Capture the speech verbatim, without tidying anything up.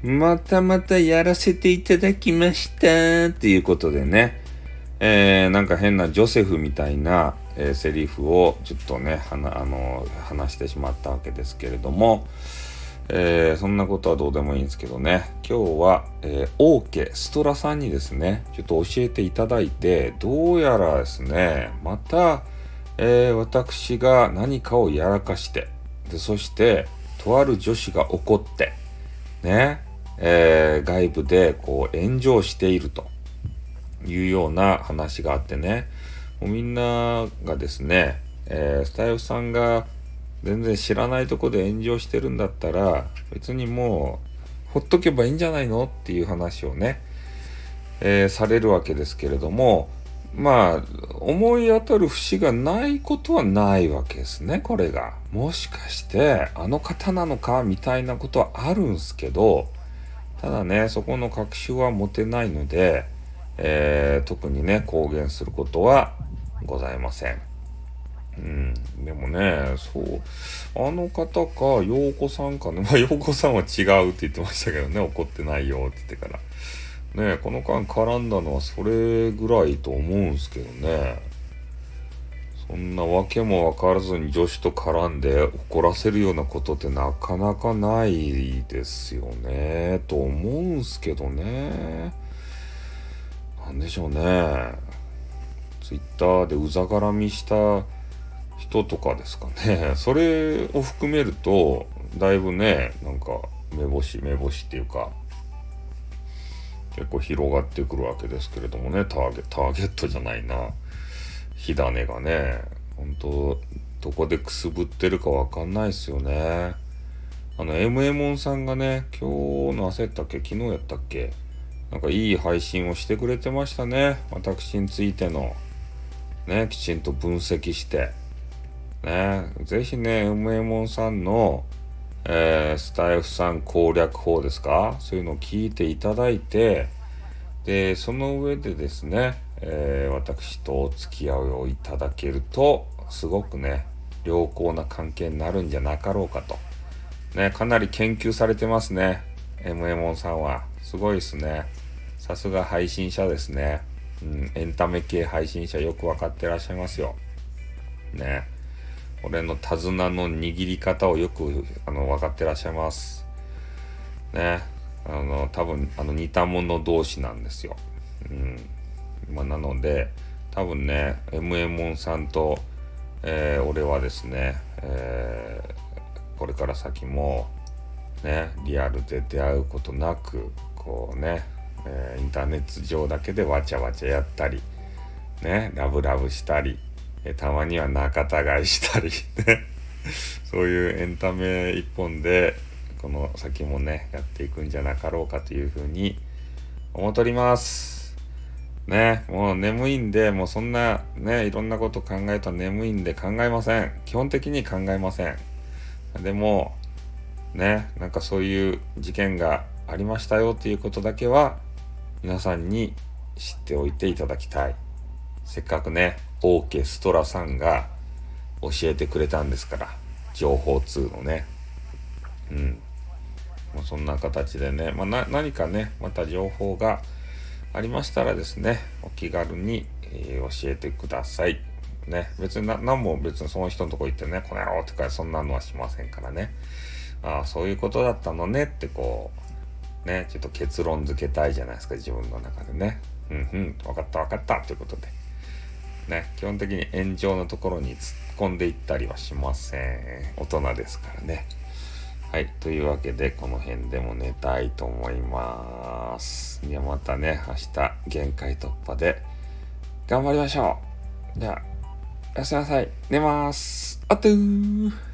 またまたやらせていただきましたっていうことでね、えー、なんか変なジョセフみたいな、えー、セリフをちょっとねはなあの話してしまったわけですけれども、えー、そんなことはどうでもいいんですけどね、今日は、えー、オーケストラさんにですねちょっと教えていただいて、どうやらですねまた、えー、私が何かをやらかして、でそしてとある女子が怒ってね、えー、外部でこう炎上しているというような話があってね、もうみんながですね、えー、スタイフさんが全然知らないとこで炎上してるんだったら別にもうほっとけばいいんじゃないのっていう話をね、えー、されるわけですけれども、まあ思い当たる節がないことはないわけですね。これがもしかしてあの方なのかみたいなことはあるんすけど、ただねそこの確証は持てないので、えー、特にね公言することはございません。うん、でもね、そうあの方か陽子さんかね、まあ陽子さんは違うって言ってましたけどね、怒ってないよって言ってからね、この間絡んだのはそれぐらいと思うんすけどね。そんなわけもわからずに女子と絡んで怒らせるようなことってなかなかないですよねと思うんすけどね。なんでしょうね、ツイッターでうざがらみした人とかですかね。それを含めるとだいぶね、なんか目星目星っていうか結構広がってくるわけですけれどもね、ターゲターゲットじゃないな、火種がね、本当どこでくすぶってるかわかんないですよね。あの エムエモンさんがね、今日の朝やったっけ、昨日やったっけ、なんかいい配信をしてくれてましたね。私についてのね、きちんと分析してね、ぜひね エムエモンさんの、えー、スタイフさん攻略法ですか、そういうのを聞いていただいて、でその上でですね、えー、私とお付き合いをいただけるとすごくね良好な関係になるんじゃなかろうかとね、かなり研究されてますね エムエモンさんは。すごいですね、さすが配信者ですね。うん、エンタメ系配信者よくわかってらっしゃいますよね。俺の手綱の握り方をよくあの分かってらっしゃいますね。あの多分あの似た者同士なんですよ。うん、まあ、なので多分ね エムエモンさんと、えー、俺はですね、えー、これから先もねリアルで出会うことなくこうね、えー、インターネット上だけでわちゃわちゃやったりね、ラブラブしたり、えたまには仲違いしたりねそういうエンタメ一本でこの先もねやっていくんじゃなかろうかというふうに思っておりますね。もう眠いんで、もうそんなねいろんなこと考えたら眠いんで考えません。基本的に考えません。でもね、なんかそういう事件がありましたよっていうことだけは皆さんに知っておいていただきたい。せっかくねオーケストラさんが教えてくれたんですから、情報通のね、うん、まあ、そんな形でね、まあ、な何かねまた情報がありましたらですね、お気軽に、えー、教えてくださいね。別にな何も別にその人のとこ行ってねこの野郎とかそんなのはしませんからね。ああそういうことだったのねってこうねちょっと結論付けたいじゃないですか、自分の中でね。うんうん分かった分かったということでね、基本的に炎上のところに突っ込んでいったりはしません。大人ですからね。はい、というわけでこの辺でも寝たいと思います。いやまたね明日限界突破で頑張りましょう。じゃあおやすみなさい。寝ます。あっとー